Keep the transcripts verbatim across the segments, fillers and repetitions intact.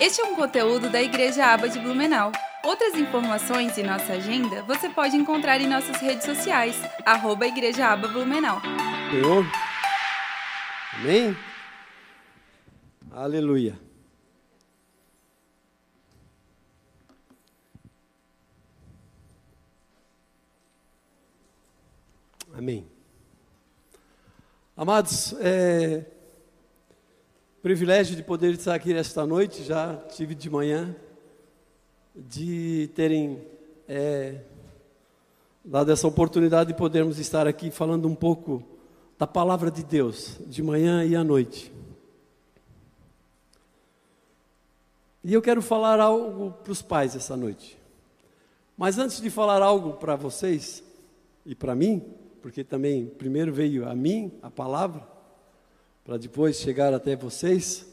Este é um conteúdo da Igreja Aba de Blumenau. Outras informações e nossa agenda você pode encontrar em nossas redes sociais, arroba Igreja Aba Blumenau. Senhor, amém? Aleluia. Amém. Amados, é privilégio de poder estar aqui esta noite, já tive de manhã, de terem é, dado essa oportunidade de podermos estar aqui falando um pouco da palavra de Deus, de manhã e à noite. E eu quero falar algo para os pais essa noite. Mas antes de falar algo para vocês e para mim, porque também primeiro veio a mim a palavra, para depois chegar até vocês.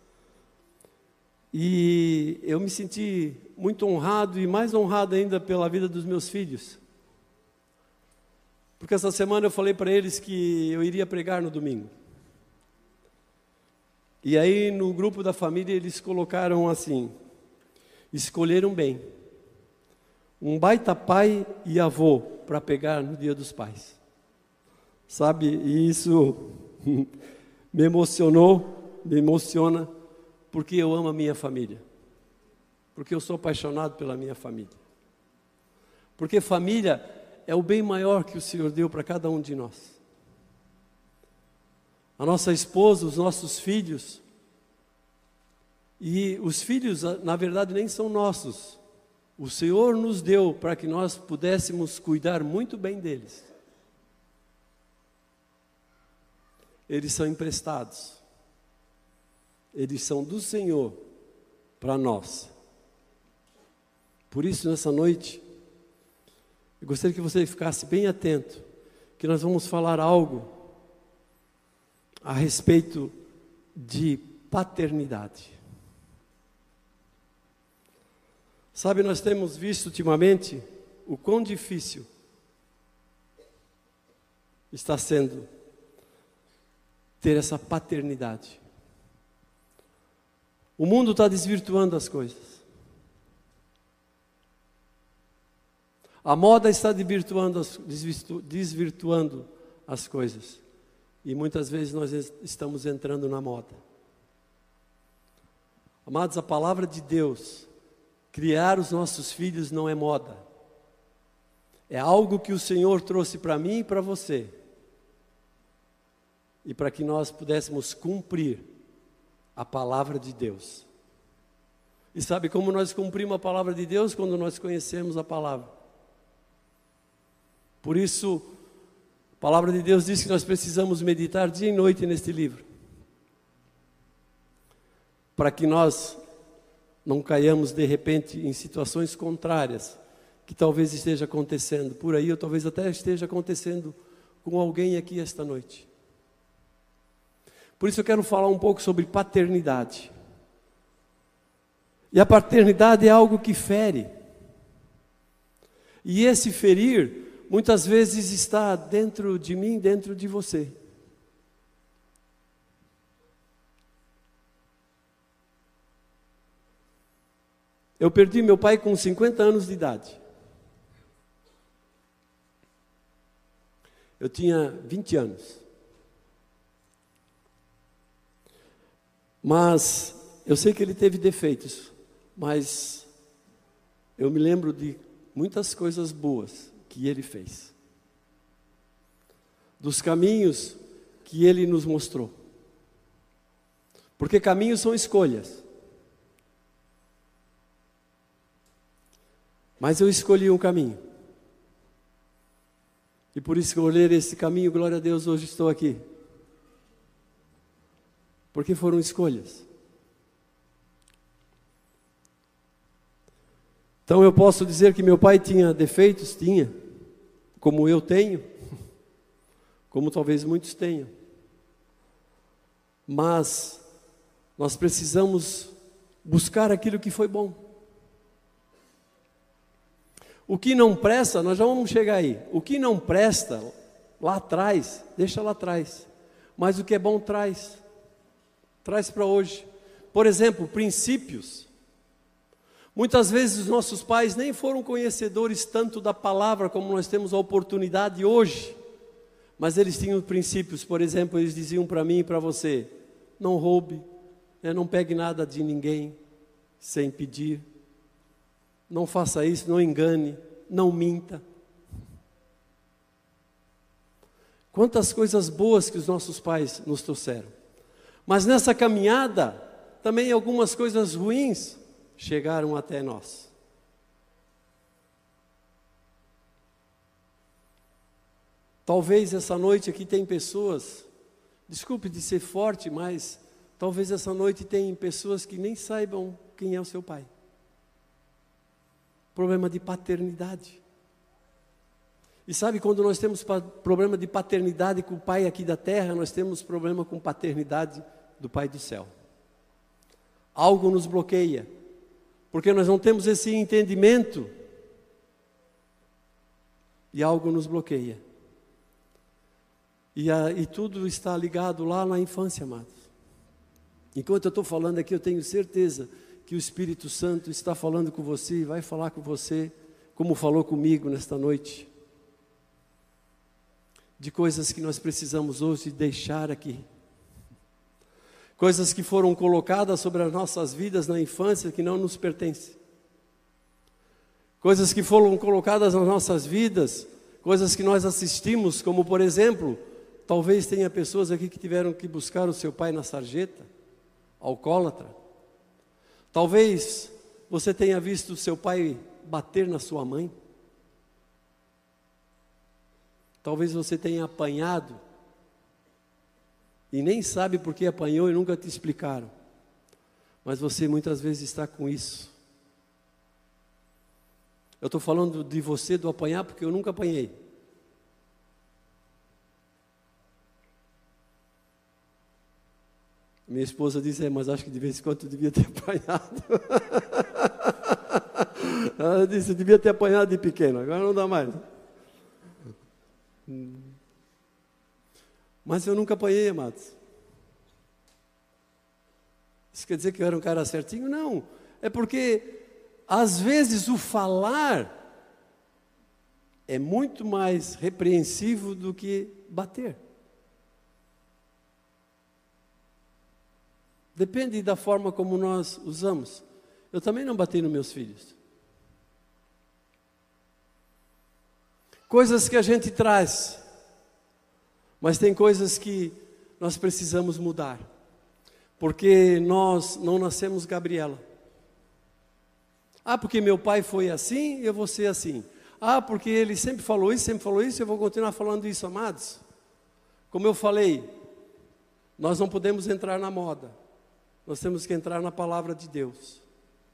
E eu me senti muito honrado e mais honrado ainda pela vida dos meus filhos. Porque essa semana eu falei para eles que eu iria pregar no domingo. E aí no grupo da família eles colocaram assim, escolheram bem, um baita pai e avô para pegar no Dia dos Pais. Sabe, e isso me emocionou, me emociona, porque eu amo a minha família. Porque eu sou apaixonado pela minha família. Porque família é o bem maior que o Senhor deu para cada um de nós. A nossa esposa, os nossos filhos, e os filhos, na verdade, nem são nossos. O Senhor nos deu para que nós pudéssemos cuidar muito bem deles. Eles são emprestados. Eles são do Senhor para nós. Por isso, nessa noite, eu gostaria que você ficasse bem atento, que nós vamos falar algo a respeito de paternidade. Sabe, nós temos visto ultimamente o quão difícil está sendo ter essa paternidade. O mundo está desvirtuando as coisas. A moda está desvirtuando as, desvirtu, desvirtuando as coisas. E muitas vezes nós estamos entrando na moda. Amados, a palavra de Deus, criar os nossos filhos não é moda. É algo que o Senhor trouxe para mim e para você. E para que nós pudéssemos cumprir a palavra de Deus. E sabe como nós cumprimos a palavra de Deus? Quando nós conhecemos a palavra. Por isso, a palavra de Deus diz que nós precisamos meditar dia e noite neste livro. Para que nós não caiamos de repente em situações contrárias, que talvez esteja acontecendo por aí, ou talvez até esteja acontecendo com alguém aqui esta noite. Por isso eu quero falar um pouco sobre paternidade. E a paternidade é algo que fere. E esse ferir, muitas vezes está dentro de mim, dentro de você. Eu perdi meu pai com cinquenta anos de idade. Eu tinha vinte anos. Mas eu sei que ele teve defeitos, mas eu me lembro de muitas coisas boas que ele fez. Dos caminhos que ele nos mostrou. Porque caminhos são escolhas. Mas eu escolhi um caminho. E por escolher esse caminho, glória a Deus, hoje estou aqui. Porque foram escolhas. Então eu posso dizer que meu pai tinha defeitos? Tinha. Como eu tenho. Como talvez muitos tenham. Mas nós precisamos buscar aquilo que foi bom. O que não presta, nós já vamos chegar aí. O que não presta, lá atrás, deixa lá atrás. Mas o que é bom, traz. Traz para hoje. Por exemplo, princípios. Muitas vezes os nossos pais nem foram conhecedores tanto da palavra como nós temos a oportunidade hoje. Mas eles tinham princípios. Por exemplo, eles diziam para mim e para você: não roube, né? Não pegue nada de ninguém sem pedir. Não faça isso, não engane, não minta. Quantas coisas boas que os nossos pais nos trouxeram. Mas nessa caminhada, também algumas coisas ruins chegaram até nós. Talvez essa noite aqui tem pessoas, desculpe de ser forte, mas talvez essa noite tem pessoas que nem saibam quem é o seu pai. Problema de paternidade. E sabe, quando nós temos problema de paternidade com o pai aqui da terra, nós temos problema com paternidade do pai do céu. Algo nos bloqueia, porque nós não temos esse entendimento, e algo nos bloqueia. E, a, e tudo está ligado lá na infância, amados. Enquanto eu estou falando aqui, eu tenho certeza que o Espírito Santo está falando com você e vai falar com você, como falou comigo nesta noite. De coisas que nós precisamos hoje deixar aqui. Coisas que foram colocadas sobre as nossas vidas na infância que não nos pertencem. Coisas que foram colocadas nas nossas vidas, coisas que nós assistimos, como por exemplo, talvez tenha pessoas aqui que tiveram que buscar o seu pai na sarjeta, alcoólatra. Talvez você tenha visto o seu pai bater na sua mãe. Talvez você tenha apanhado e nem sabe por que apanhou e nunca te explicaram. Mas você muitas vezes está com isso. Eu estou falando de você do apanhar porque eu nunca apanhei. Minha esposa diz: é, mas acho que de vez em quando tu devia ter apanhado. Ela disse: eu devia ter apanhado de pequeno, agora não dá mais. Mas eu nunca apanhei, amados. Isso quer dizer que eu era um cara certinho? Não, é porque às vezes o falar é muito mais repreensivo do que bater. Depende da forma como nós usamos. Eu também não bati nos meus filhos. Coisas que a gente traz, mas tem coisas que nós precisamos mudar, porque nós não nascemos Gabriela. Ah, porque meu pai foi assim, eu vou ser assim. Ah, porque ele sempre falou isso, sempre falou isso, eu vou continuar falando isso, amados. Como eu falei, nós não podemos entrar na moda, nós temos que entrar na palavra de Deus.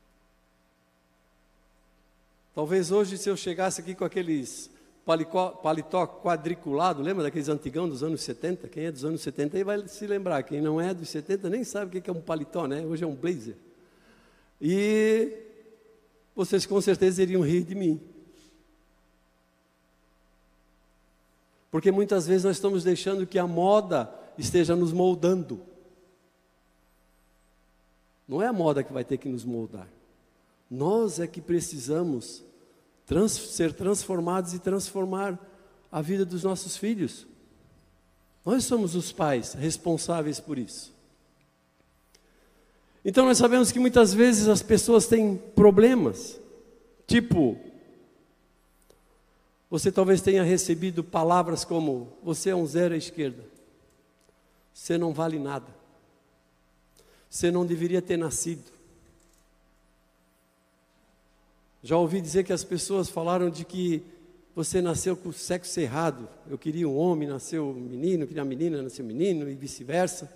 Talvez hoje, se eu chegasse aqui com aqueles palicó, paletó quadriculado, lembra daqueles antigão dos anos setenta? Quem é dos anos setenta aí vai se lembrar. Quem não é dos setenta nem sabe o que é um paletó, né? Hoje é um blazer. E vocês com certeza iriam rir de mim. Porque muitas vezes nós estamos deixando que a moda esteja nos moldando. Não é a moda que vai ter que nos moldar. Nós é que precisamos trans, ser transformados e transformar a vida dos nossos filhos. Nós somos os pais responsáveis por isso. Então nós sabemos que muitas vezes as pessoas têm problemas. Tipo, você talvez tenha recebido palavras como: você é um zero à esquerda, você não vale nada, você não deveria ter nascido. Já ouvi dizer que as pessoas falaram de que você nasceu com o sexo errado. Eu queria um homem, nasceu menino, eu queria uma menina, nasceu menino, e vice-versa.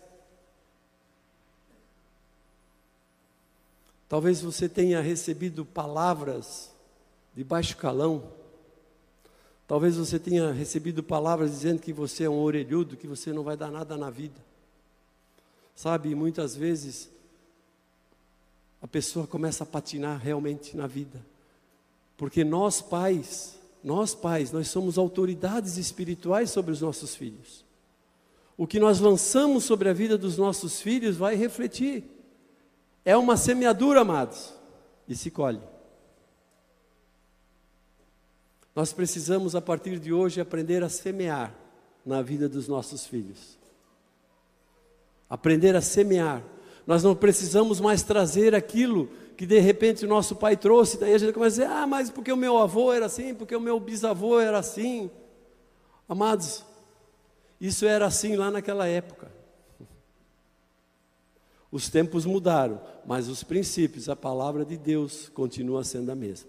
Talvez você tenha recebido palavras de baixo calão. Talvez você tenha recebido palavras dizendo que você é um orelhudo, que você não vai dar nada na vida. Sabe, muitas vezes a pessoa começa a patinar realmente na vida. Porque nós pais, nós pais, nós somos autoridades espirituais sobre os nossos filhos. O que nós lançamos sobre a vida dos nossos filhos vai refletir. É uma semeadura, amados, e se colhe. Nós precisamos, a partir de hoje, aprender a semear na vida dos nossos filhos. Aprender a semear. Nós não precisamos mais trazer aquilo que de repente o nosso pai trouxe. Daí a gente começa a dizer, ah, mas porque o meu avô era assim, porque o meu bisavô era assim. Amados, isso era assim lá naquela época. Os tempos mudaram, mas os princípios, a palavra de Deus continua sendo a mesma.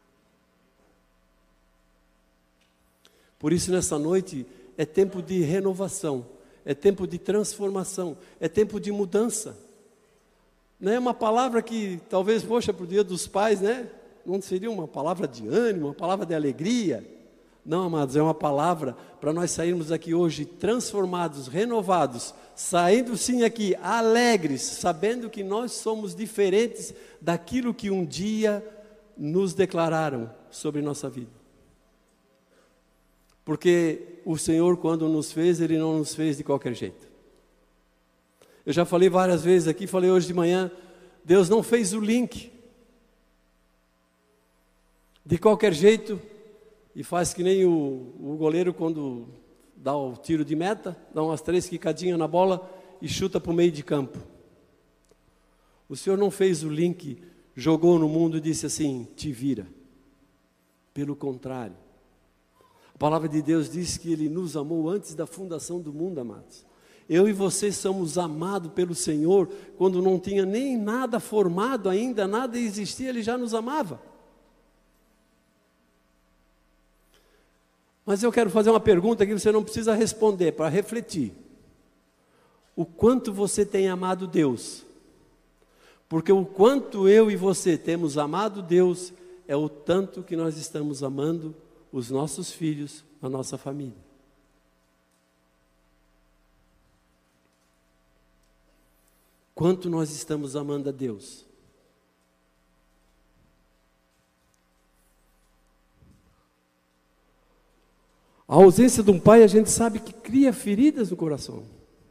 Por isso, nessa noite, é tempo de renovação, é tempo de transformação, é tempo de mudança. Não é uma palavra que, talvez, poxa, para o dia dos pais, né? Não seria uma palavra de ânimo, uma palavra de alegria. Não, amados, é uma palavra para nós sairmos aqui hoje transformados, renovados, saindo sim aqui alegres, sabendo que nós somos diferentes daquilo que um dia nos declararam sobre nossa vida. Porque o Senhor, quando nos fez, Ele não nos fez de qualquer jeito. Eu já falei várias vezes aqui, falei hoje de manhã, Deus não fez o link de qualquer jeito, e faz que nem o, o goleiro quando dá o tiro de meta, dá umas três quicadinhas na bola e chuta para o meio de campo. O Senhor não fez o link, jogou no mundo e disse assim, te vira. Pelo contrário, a palavra de Deus diz que Ele nos amou antes da fundação do mundo, amados. Eu e você somos amados pelo Senhor, quando não tinha nem nada formado ainda, nada existia, Ele já nos amava. Mas eu quero fazer uma pergunta que você não precisa responder, para refletir. O quanto você tem amado Deus? Porque o quanto eu e você temos amado Deus, é o tanto que nós estamos amando os nossos filhos, a nossa família. Quanto nós estamos amando a Deus? A ausência de um pai, a gente sabe que cria feridas no coração.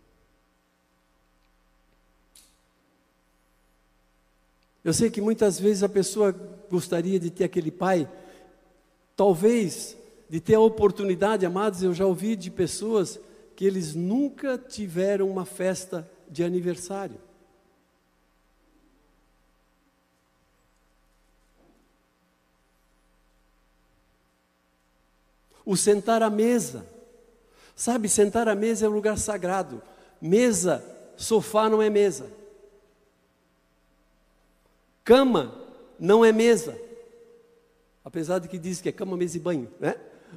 Eu sei que muitas vezes a pessoa gostaria de ter aquele pai, talvez de ter a oportunidade, amados, eu já ouvi de pessoas que eles nunca tiveram uma festa de aniversário. O sentar à mesa, sabe, sentar à mesa é um lugar sagrado. Mesa, sofá não é mesa. Cama não é mesa. Apesar de que diz que é cama, mesa e banho, né?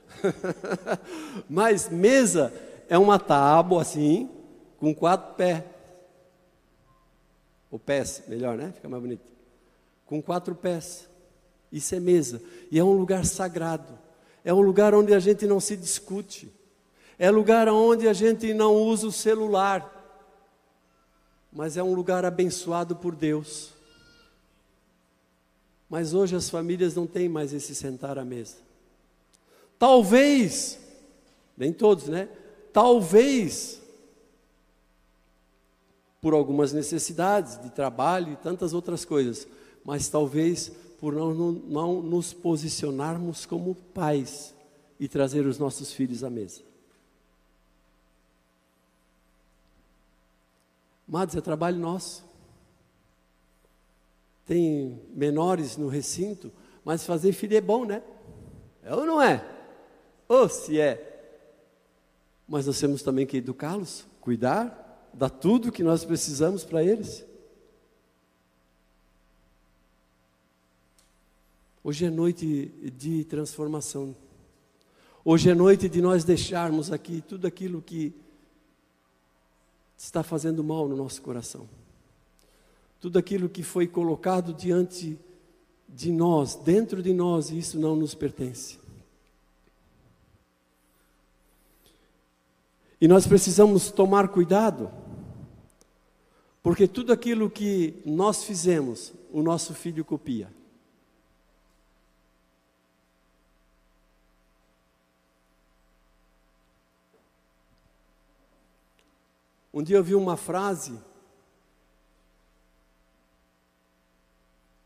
Mas mesa é uma tábua assim, com quatro pés. Ou pés, melhor, né? Fica mais bonito. Com quatro pés. Isso é mesa. E é um lugar sagrado. É um lugar onde a gente não se discute. É lugar onde a gente não usa o celular. Mas é um lugar abençoado por Deus. Mas hoje as famílias não têm mais esse sentar à mesa. Talvez, nem todos, né? Talvez, por algumas necessidades de trabalho e tantas outras coisas, mas talvez por não, não, não nos posicionarmos como pais e trazer os nossos filhos à mesa. Amados, é trabalho nosso. Tem menores no recinto, mas fazer filho é bom, né? É ou não é? Ou se é. Mas nós temos também que educá-los, cuidar, dar tudo que nós precisamos para eles. Hoje é noite de transformação. Hoje é noite de nós deixarmos aqui tudo aquilo que está fazendo mal no nosso coração. Tudo aquilo que foi colocado diante de nós, dentro de nós, e isso não nos pertence. E nós precisamos tomar cuidado, porque tudo aquilo que nós fizemos, o nosso filho copia. Um dia eu vi uma frase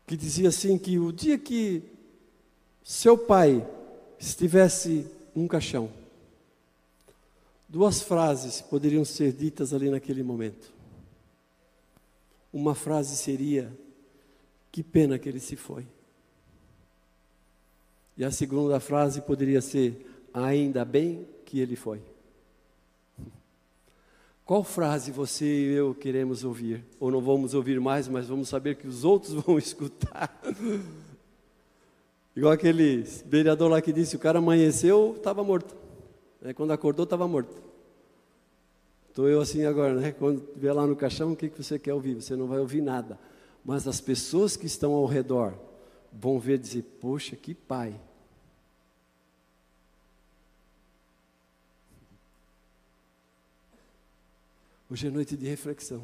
que dizia assim, que o dia que seu pai estivesse num caixão, duas frases poderiam ser ditas ali naquele momento. Uma frase seria: que pena que ele se foi. E a segunda frase poderia ser: ainda bem que ele foi. Qual frase você e eu queremos ouvir? Ou não vamos ouvir mais, mas vamos saber que os outros vão escutar. Igual aquele vereador lá que disse: o cara amanheceu, estava morto. É, quando acordou, estava morto. Estou eu assim agora, né? Quando estiver lá no caixão, o que, que você quer ouvir? Você não vai ouvir nada. Mas as pessoas que estão ao redor vão ver e dizer: poxa, que pai. Hoje é noite de reflexão.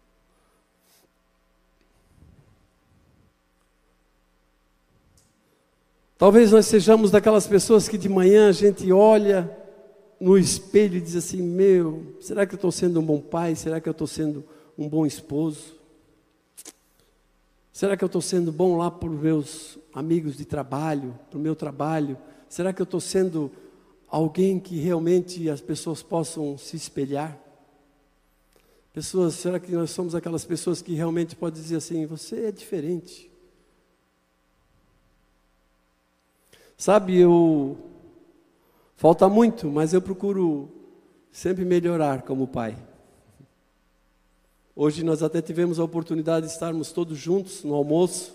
Talvez nós sejamos daquelas pessoas que de manhã a gente olha no espelho e diz assim: meu, será que eu estou sendo um bom pai? Será que eu estou sendo um bom esposo? Será que eu estou sendo bom lá para os meus amigos de trabalho, para o meu trabalho? Será que eu estou sendo alguém que realmente as pessoas possam se espelhar? Pessoas, será que nós somos aquelas pessoas que realmente podem dizer assim: você é diferente? Sabe, eu falta muito, mas eu procuro sempre melhorar como pai. Hoje nós até tivemos a oportunidade de estarmos todos juntos no almoço.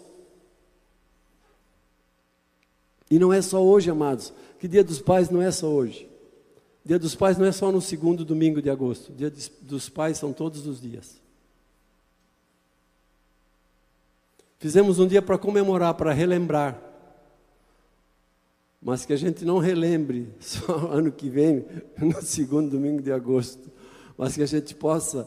E não é só hoje, amados, que Dia dos Pais não é só hoje. Dia dos Pais não é só no segundo domingo de agosto. Dia dos Pais são todos os dias. Fizemos um dia para comemorar, para relembrar. Mas que a gente não relembre só ano que vem, no segundo domingo de agosto. Mas que a gente possa,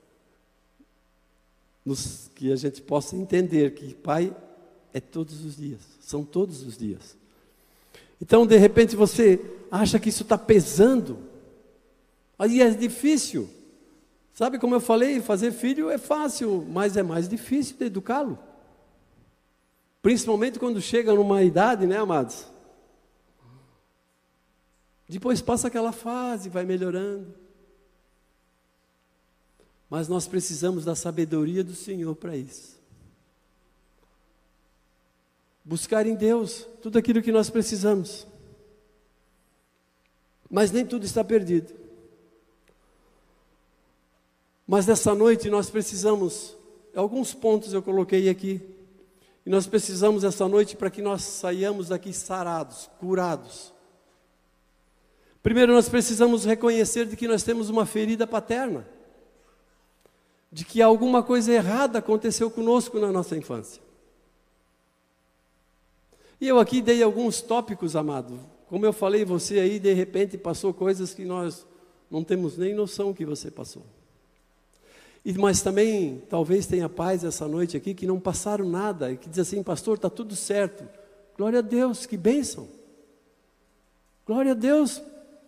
nos, que a gente possa entender que pai é todos os dias. São todos os dias. Então, de repente, você acha que isso está pesando. Aí é difícil. Sabe como eu falei, fazer filho é fácil, mas é mais difícil de educá-lo. Principalmente quando chega numa idade, né, amados? Depois passa aquela fase, vai melhorando. Mas nós precisamos da sabedoria do Senhor para isso. Buscar em Deus tudo aquilo que nós precisamos. Mas nem tudo está perdido. Mas nessa noite nós precisamos, alguns pontos eu coloquei aqui, e nós precisamos essa noite para que nós saiamos daqui sarados, curados. Primeiro nós precisamos reconhecer de que nós temos uma ferida paterna, de que alguma coisa errada aconteceu conosco na nossa infância. E eu aqui dei alguns tópicos, amado. Como eu falei, você aí de repente passou coisas que nós não temos nem noção que você passou. E, mas também, talvez tenha pais essa noite aqui que não passaram nada, e que diz assim: pastor, está tudo certo. Glória a Deus, que bênção. Glória a Deus.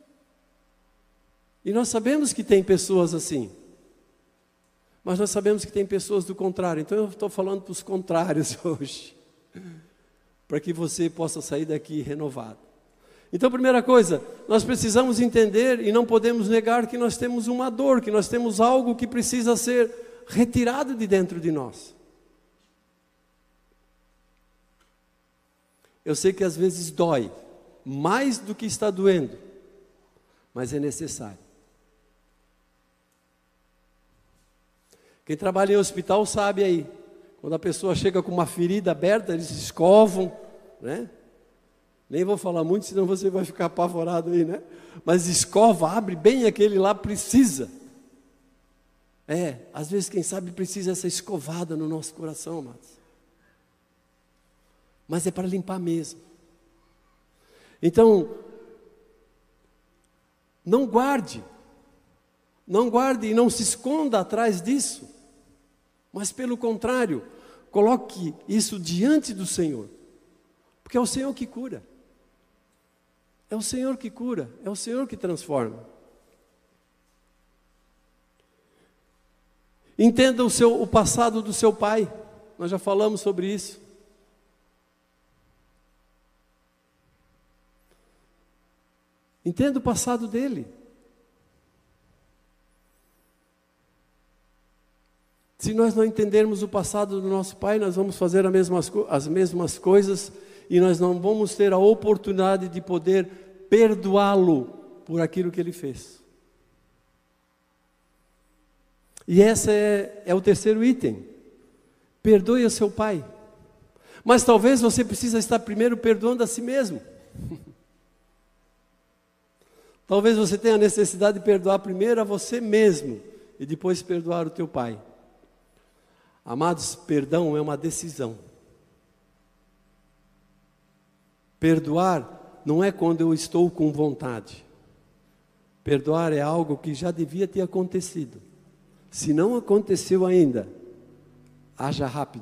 E nós sabemos que tem pessoas assim. Mas nós sabemos que tem pessoas do contrário. Então eu estou falando para os contrários hoje. Para que você possa sair daqui renovado. Então, primeira coisa, nós precisamos entender e não podemos negar que nós temos uma dor, que nós temos algo que precisa ser retirado de dentro de nós. Eu sei que às vezes dói, mais do que está doendo, mas é necessário. Quem trabalha em hospital sabe aí, quando a pessoa chega com uma ferida aberta, eles escovam, né? Nem vou falar muito, senão você vai ficar apavorado aí, né? Mas escova, abre bem aquele lá, precisa. É, às vezes, quem sabe, precisa essa escovada no nosso coração, amados. Mas é para limpar mesmo. Então, não guarde. Não guarde e não se esconda atrás disso. Mas, pelo contrário, coloque isso diante do Senhor. Porque é o Senhor que cura. É o Senhor que cura, é o Senhor que transforma. Entenda o, seu, o passado do seu pai, nós já falamos sobre isso. Entenda o passado dele. Se nós não entendermos o passado do nosso pai, nós vamos fazer as mesmas, as mesmas coisas e nós não vamos ter a oportunidade de poder perdoá-lo por aquilo que ele fez. E esse é, é o terceiro item. Perdoe o seu pai. Mas talvez você precise estar primeiro perdoando a si mesmo. Talvez você tenha a necessidade de perdoar primeiro a você mesmo e depois perdoar o teu pai. Amados, perdão é uma decisão. Perdoar não é quando eu estou com vontade. Perdoar é algo que já devia ter acontecido. Se não aconteceu ainda, haja rápido.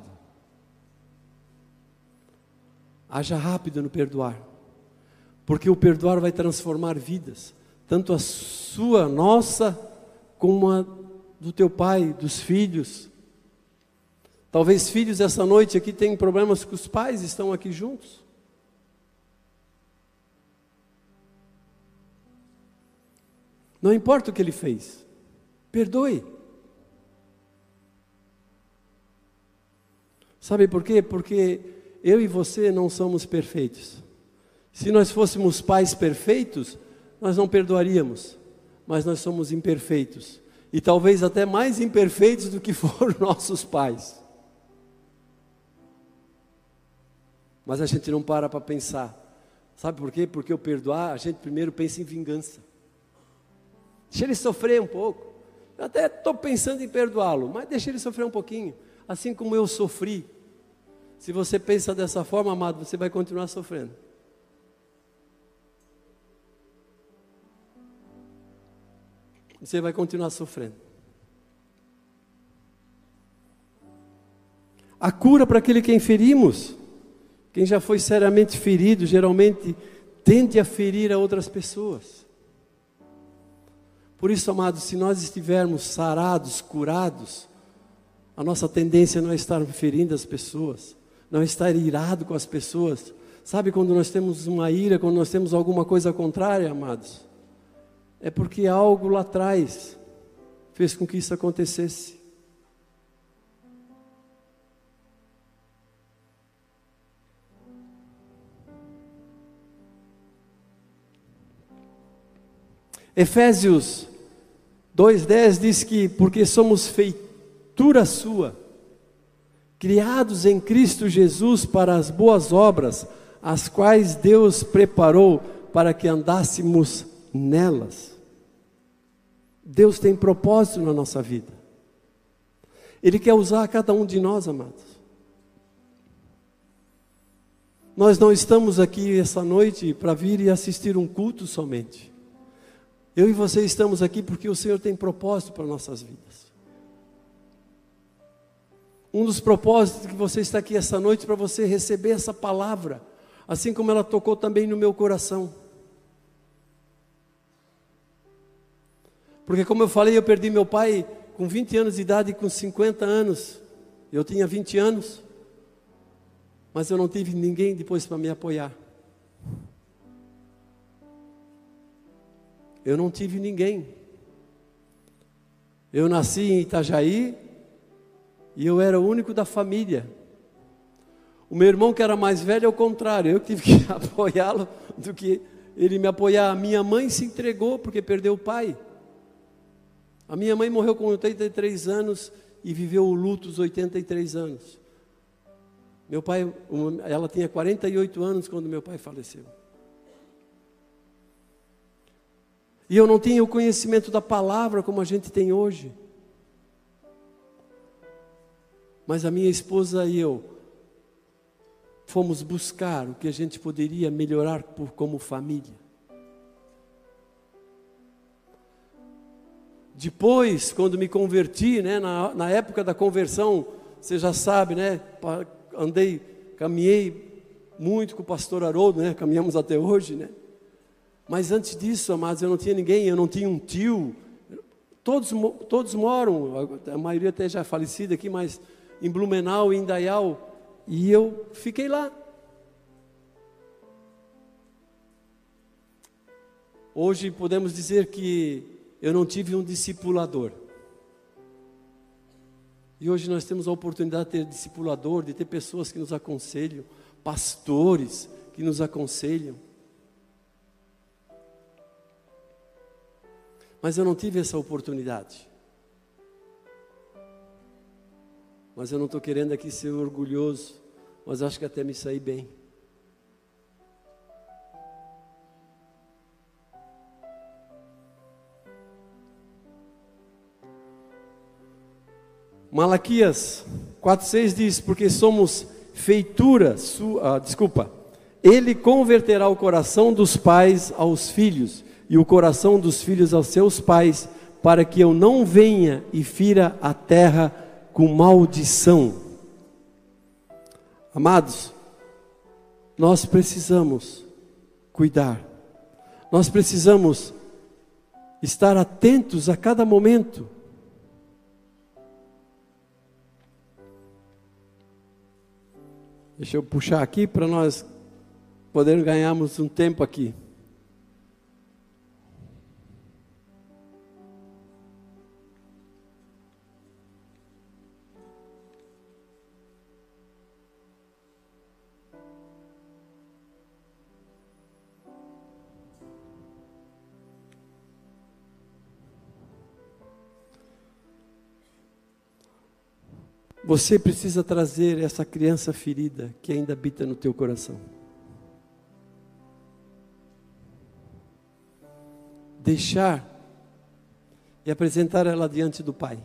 Haja rápido no perdoar. Porque o perdoar vai transformar vidas. Tanto a sua, nossa, como a do teu pai, dos filhos. Talvez filhos essa noite aqui tenham problemas com os pais, estão aqui juntos. Não importa o que ele fez, perdoe. Sabe por quê? Porque eu e você não somos perfeitos. Se nós fôssemos pais perfeitos, nós não perdoaríamos, mas nós somos imperfeitos. E talvez até mais imperfeitos do que foram nossos pais. Mas a gente não para para pensar. Sabe por quê? Porque o perdoar, a gente primeiro pensa em vingança. Deixa ele sofrer um pouco. Eu até estou pensando em perdoá-lo, mas deixa ele sofrer um pouquinho. Assim como eu sofri. Se você pensa dessa forma, amado, você vai continuar sofrendo. Você vai continuar sofrendo. A cura para aquele quem ferimos. Quem já foi seriamente ferido, geralmente tende a ferir a outras pessoas. Por isso, amados, se nós estivermos sarados, curados, a nossa tendência não é estar ferindo as pessoas, não é estar irado com as pessoas. Sabe quando nós temos uma ira, quando nós temos alguma coisa contrária, amados? É porque algo lá atrás fez com que isso acontecesse. Efésios dois, dez diz que porque somos feitura sua, criados em Cristo Jesus para as boas obras, as quais Deus preparou para que andássemos nelas. Deus tem propósito na nossa vida. Ele quer usar cada um de nós, amados. Nós não estamos aqui essa noite para vir e assistir um culto somente. Eu e você estamos aqui porque o Senhor tem propósito para nossas vidas. Um dos propósitos que você está aqui essa noite é para você receber essa palavra, assim como ela tocou também no meu coração. Porque como eu falei, eu perdi meu pai com vinte anos de idade e com cinquenta anos. Eu tinha vinte anos, mas eu não tive ninguém depois para me apoiar. Eu não tive ninguém. Eu nasci em Itajaí e eu era o único da família. O meu irmão que era mais velho é o contrário, eu tive que apoiá-lo do que ele me apoiar. A minha mãe se entregou porque perdeu o pai. A minha mãe morreu com oitenta e três anos e viveu o luto dos oitenta e três anos. Meu pai, ela tinha quarenta e oito anos quando meu pai faleceu. E eu não tinha o conhecimento da palavra como a gente tem hoje. Mas a minha esposa e eu fomos buscar o que a gente poderia melhorar por, como família. Depois, quando me converti, né, na, na época da conversão, você já sabe, né, andei, caminhei muito com o pastor Haroldo, né, caminhamos até hoje, né. Mas antes disso, amados, eu não tinha ninguém, eu não tinha um tio. Todos, todos moram, a maioria até já é falecida aqui, mas em Blumenau, em Indaial. E eu fiquei lá. Hoje podemos dizer que eu não tive um discipulador. E hoje nós temos a oportunidade de ter discipulador, de ter pessoas que nos aconselham, pastores que nos aconselham. Mas eu não tive essa oportunidade. Mas eu não estou querendo aqui ser orgulhoso, mas acho que até me saí bem. Malaquias quatro, seis diz, porque somos feitura, sua, ah, desculpa, ele converterá o coração dos pais aos filhos, e o coração dos filhos aos seus pais, para que eu não venha e fira a terra com maldição. Amados, nós precisamos cuidar, nós precisamos estar atentos a cada momento. Deixa eu puxar aqui para nós podermos ganharmos um tempo aqui. Você precisa trazer essa criança ferida que ainda habita no teu coração. Deixar e apresentar ela diante do Pai.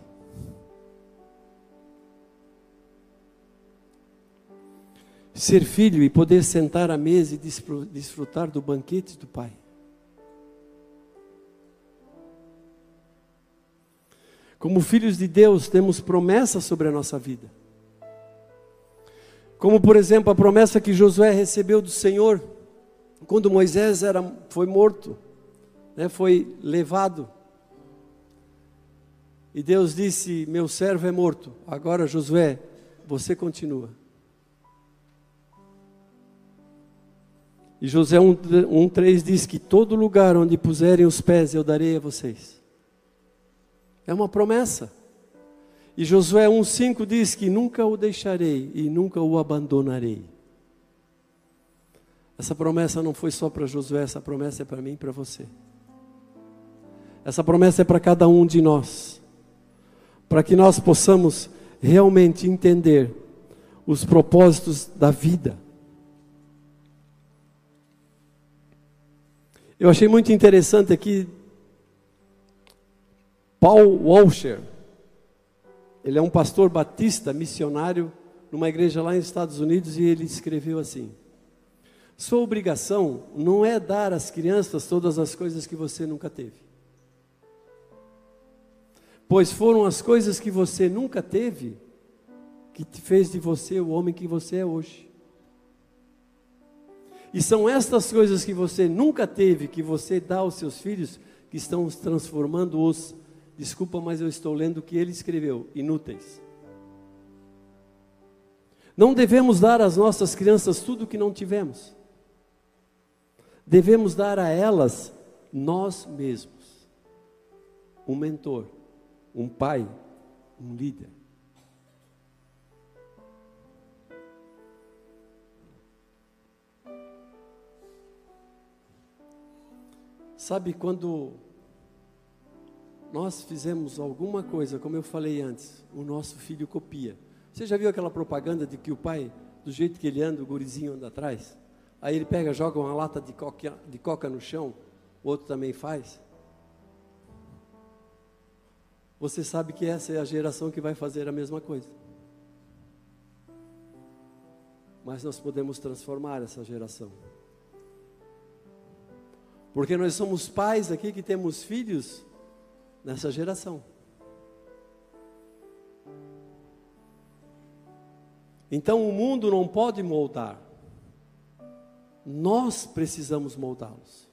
Ser filho e poder sentar à mesa e desfrutar do banquete do Pai. Como filhos de Deus, temos promessas sobre a nossa vida. Como, por exemplo, a promessa que Josué recebeu do Senhor, quando Moisés era, foi morto, né, foi levado. E Deus disse, meu servo é morto, agora Josué, você continua. E Josué um, três diz que todo lugar onde puserem os pés eu darei a vocês. É uma promessa. E Josué um, cinco diz que nunca o deixarei e nunca o abandonarei. Essa promessa não foi só para Josué, essa promessa é para mim e para você. Essa promessa é para cada um de nós. Para que nós possamos realmente entender os propósitos da vida. Eu achei muito interessante aqui Paul Washer, ele é um pastor batista, missionário, numa igreja lá nos Estados Unidos, e ele escreveu assim: sua obrigação não é dar às crianças todas as coisas que você nunca teve, pois foram as coisas que você nunca teve, que te fez de você o homem que você é hoje. E são estas coisas que você nunca teve, que você dá aos seus filhos, que estão transformando-os, desculpa, mas eu estou lendo o que ele escreveu, inúteis. Não devemos dar às nossas crianças tudo o que não tivemos. Devemos dar a elas nós mesmos. Um mentor, um pai, um líder. Sabe, quando nós fizemos alguma coisa, como eu falei antes, o nosso filho copia. Você já viu aquela propaganda de que o pai, do jeito que ele anda, o gurizinho anda atrás? Aí ele pega, joga uma lata de coca, de coca no chão, o outro também faz. Você sabe que essa é a geração que vai fazer a mesma coisa. Mas nós podemos transformar essa geração. Porque nós somos pais aqui que temos filhos nessa geração. Então o mundo não pode moldar. Nós precisamos moldá-los.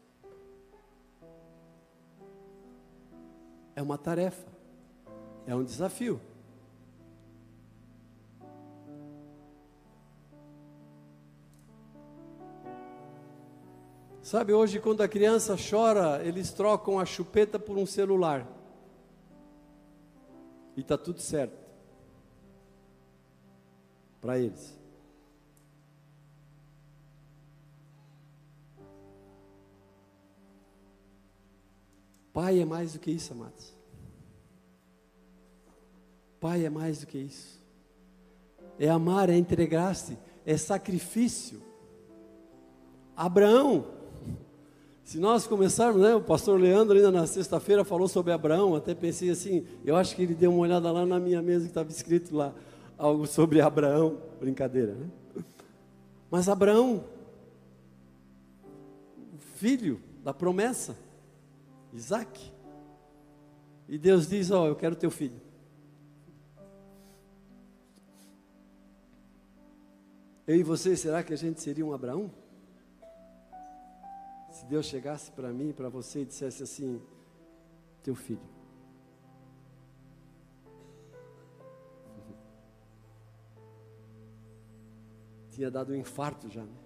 É uma tarefa. É um desafio. Sabe, hoje quando a criança chora, eles trocam a chupeta por um celular. E está tudo certo. Para eles. Pai é mais do que isso, amados. Pai é mais do que isso. É amar, é entregar-se, é sacrifício. Abraão, se nós começarmos, né, o pastor Leandro ainda na sexta-feira falou sobre Abraão, até pensei assim, eu acho que ele deu uma olhada lá na minha mesa que estava escrito lá, algo sobre Abraão, brincadeira, né? Mas Abraão, filho da promessa, Isaac, e Deus diz, ó, eu quero teu filho. Eu e você, será que a gente seria um Abraão? Se Deus chegasse para mim, para você e dissesse assim, teu filho. Tinha dado um infarto já, né?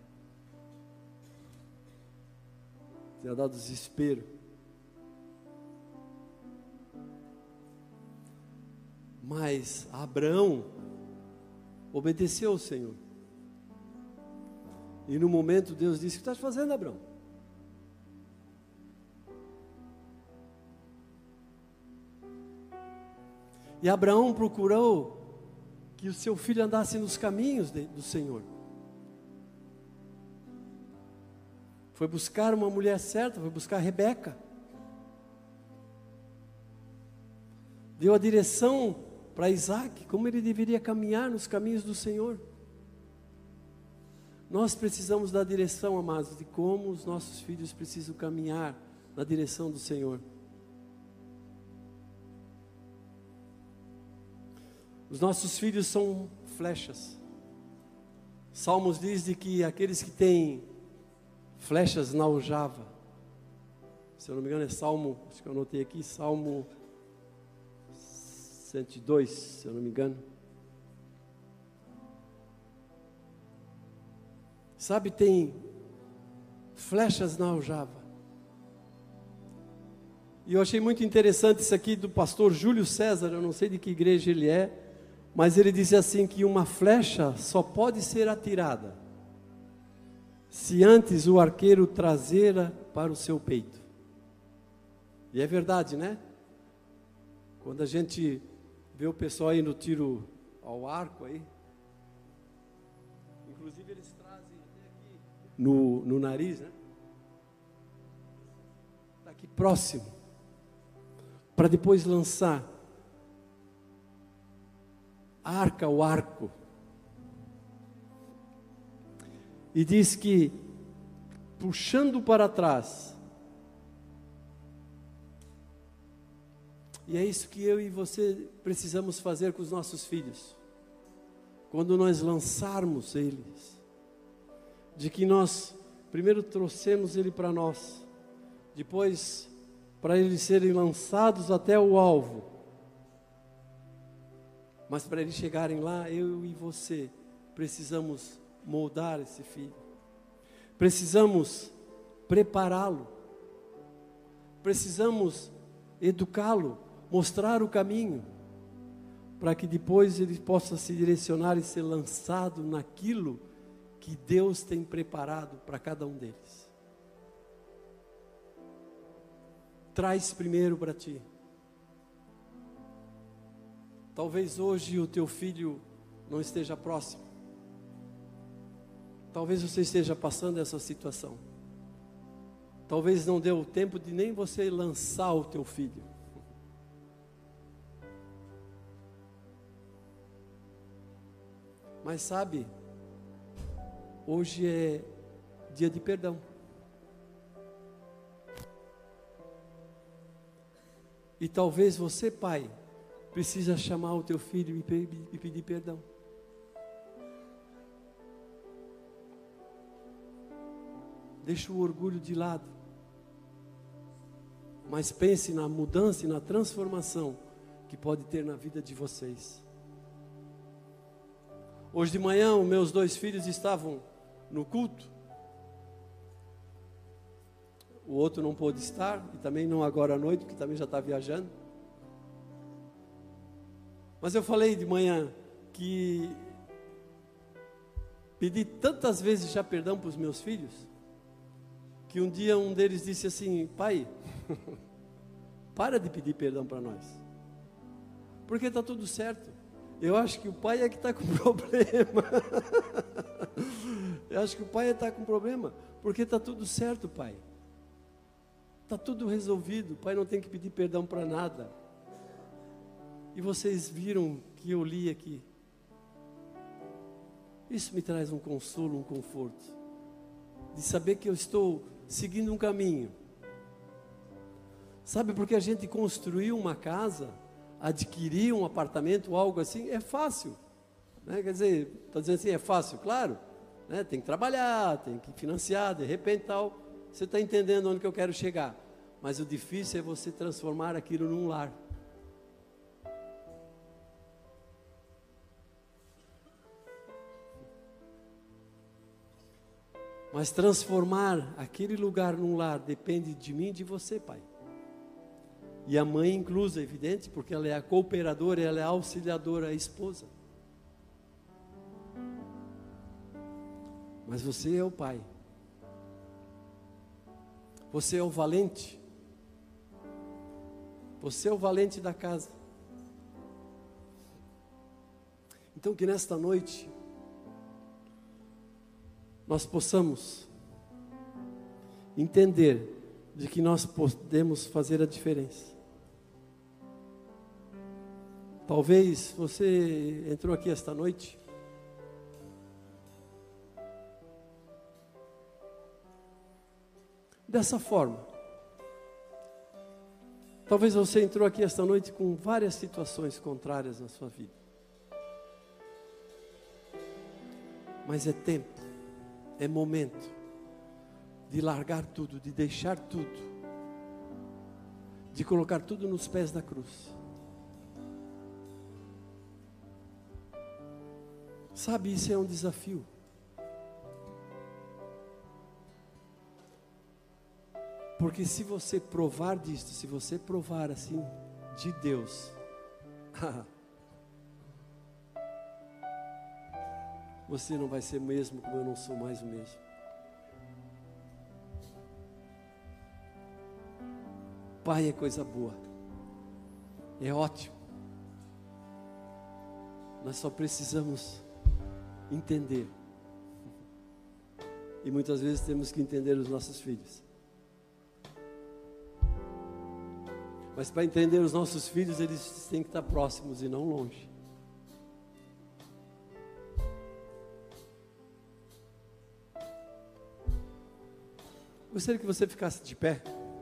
Tinha dado desespero. Mas Abraão obedeceu ao Senhor. E no momento Deus disse, o que estás fazendo, Abraão? E Abraão procurou que o seu filho andasse nos caminhos de, do Senhor. Foi buscar uma mulher certa, foi buscar Rebeca. Deu a direção para Isaac, como ele deveria caminhar nos caminhos do Senhor. Nós precisamos da direção, amados, de como os nossos filhos precisam caminhar na direção do Senhor. Os nossos filhos são flechas. Salmos diz de que aqueles que têm flechas na aljava, se eu não me engano é Salmo, acho que eu anotei aqui, Salmo cento e dois, se eu não me engano. Sabe, tem flechas na aljava. E eu achei muito interessante isso aqui do pastor Júlio César, eu não sei de que igreja ele é, mas ele disse assim que uma flecha só pode ser atirada se antes o arqueiro trazê-la para o seu peito. E é verdade, né? Quando a gente vê o pessoal aí no tiro ao arco aí, inclusive eles trazem até aqui no, no nariz, né? Está aqui próximo, para depois lançar. Arca o arco. E diz que, puxando para trás, e é isso que eu e você precisamos fazer com os nossos filhos, quando nós lançarmos eles, de que nós primeiro trouxemos ele para nós, depois para eles serem lançados até o alvo, mas para eles chegarem lá, eu e você precisamos moldar esse filho, precisamos prepará-lo, precisamos educá-lo, mostrar o caminho, para que depois ele possa se direcionar e ser lançado naquilo que Deus tem preparado para cada um deles. Traz primeiro para ti. Talvez hoje o teu filho não esteja próximo. Talvez você esteja passando essa situação. Talvez não deu tempo de nem você lançar o teu filho. Mas sabe, hoje é dia de perdão. E talvez você, pai, precisa chamar o teu filho e pedir perdão. Deixa o orgulho de lado. Mas pense na mudança e na transformação que pode ter na vida de vocês. Hoje de manhã, os meus dois filhos estavam no culto. o outro não pôde estar, e também não agora à noite, porque também já está viajando. Mas eu falei de manhã que pedi tantas vezes já perdão para os meus filhos, que um dia um deles disse assim: pai, para de pedir perdão para nós, porque está tudo certo. Eu acho que o pai é que está com problema. Eu acho que o pai está com problema, porque está tudo certo, pai. Está tudo resolvido, o pai não tem que pedir perdão para nada. E vocês viram que eu li aqui. Isso me traz um consolo, um conforto, de saber que eu estou seguindo um caminho. Sabe, porque a gente construiu uma casa, adquirir um apartamento, algo assim, é fácil, né? Quer dizer, está dizendo assim, é fácil, claro, né? Tem que trabalhar, tem que financiar, de repente tal, você está entendendo onde que eu quero chegar, mas o difícil é você transformar aquilo num lar. Mas transformar aquele lugar num lar depende de mim e de você, pai. E a mãe inclusa, evidente, porque ela é a cooperadora, ela é a auxiliadora, a esposa. Mas você é o pai. Você é o valente. Você é o valente da casa. Então que nesta noite nós possamos entender de que nós podemos fazer a diferença. Talvez você entrou aqui esta noite dessa forma. Talvez você entrou aqui esta noite com várias situações contrárias na sua vida. Mas é tempo, é momento de largar tudo, de deixar tudo, de colocar tudo nos pés da cruz. Sabe, isso é um desafio. Porque se você provar disto, se você provar assim de Deus, você não vai ser o mesmo como eu não sou mais o mesmo. Pai é coisa boa, é ótimo. Nós só precisamos entender. E muitas vezes temos que entender os nossos filhos. Mas para entender os nossos filhos, eles têm que estar próximos e não longe. Gostaria que você ficasse de pé.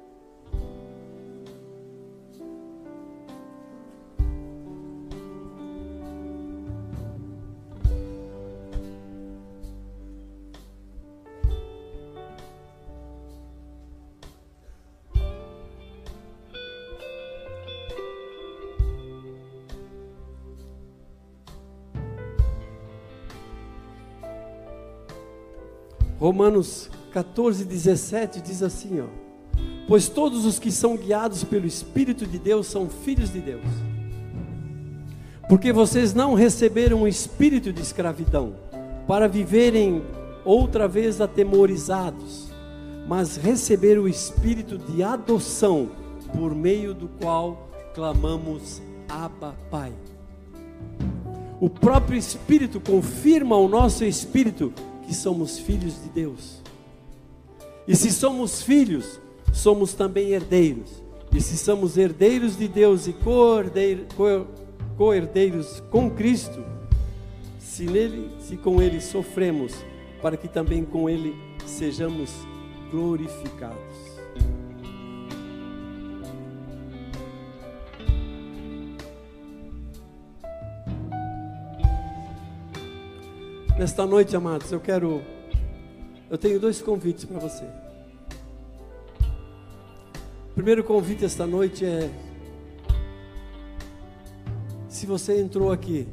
Romanos catorze, dezessete diz assim, ó: pois todos os que são guiados pelo Espírito de Deus são filhos de Deus. Porque vocês não receberam um espírito de escravidão para viverem outra vez atemorizados, mas receberam o espírito de adoção, por meio do qual clamamos Abba, Pai. O próprio Espírito confirma ao nosso espírito que somos filhos de Deus. E se somos filhos, somos também herdeiros. E se somos herdeiros de Deus e co-herdeiros com Cristo, se nele, se com Ele sofremos, para que também com Ele sejamos glorificados. Nesta noite, amados, eu quero, eu tenho dois convites para você. O primeiro convite esta noite é: se você entrou aqui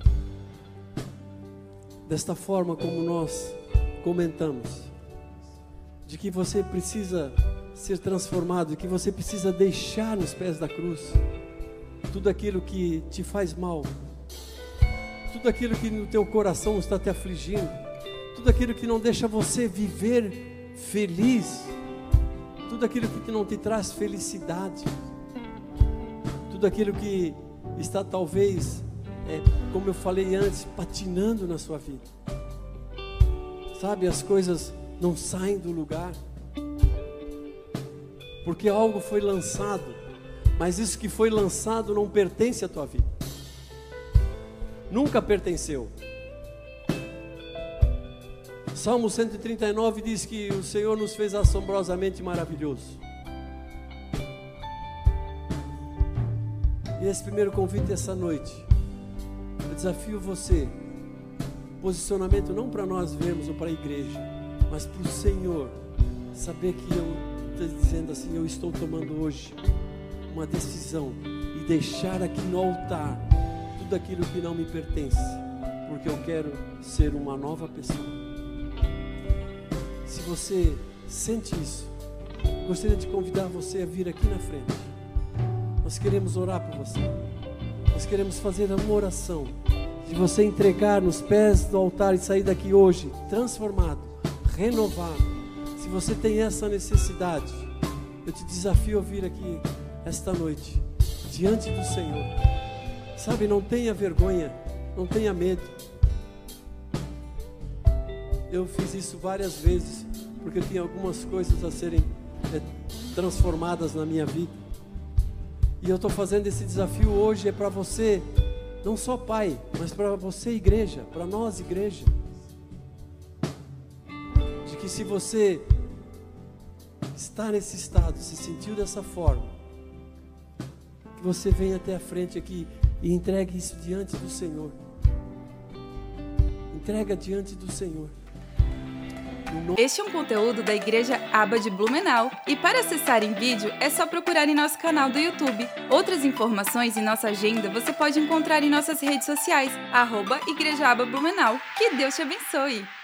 desta forma como nós comentamos, de que você precisa ser transformado, que você precisa deixar nos pés da cruz tudo aquilo que te faz mal, tudo aquilo que no teu coração está te afligindo, tudo aquilo que não deixa você viver feliz, tudo aquilo que não te traz felicidade, tudo aquilo que está talvez, é, como eu falei antes, patinando na sua vida. Sabe, as coisas não saem do lugar, porque algo foi lançado, mas isso que foi lançado não pertence à tua vida, nunca pertenceu. Salmo cento e trinta e nove diz que o Senhor nos fez assombrosamente maravilhoso. E esse primeiro convite essa noite, eu desafio você, posicionamento não para nós vermos ou para a igreja, mas para o Senhor saber que eu estou dizendo assim, eu estou tomando hoje uma decisão e deixar aqui no altar tudo aquilo que não me pertence, porque eu quero ser uma nova pessoa. Se você sente isso, gostaria de convidar você a vir aqui na frente. Nós queremos orar por você, nós queremos fazer uma oração de você entregar nos pés do altar e sair daqui hoje transformado, renovado. Se você tem essa necessidade, eu te desafio a vir aqui esta noite, diante do Senhor. Sabe, não tenha vergonha, não tenha medo. Eu fiz isso várias vezes, porque eu tinha algumas coisas a serem é, transformadas na minha vida. E eu estou fazendo esse desafio hoje, é para você, não só pai, mas para você igreja, para nós igreja. De que se você está nesse estado, se sentiu dessa forma, que você venha até a frente aqui e entregue isso diante do Senhor. Entrega diante do Senhor. Este é um conteúdo da Igreja Aba de Blumenau e para acessar em vídeo é só procurar em nosso canal do YouTube. Outras informações e nossa agenda você pode encontrar em nossas redes sociais, arroba Igreja Aba Blumenau. Que Deus te abençoe!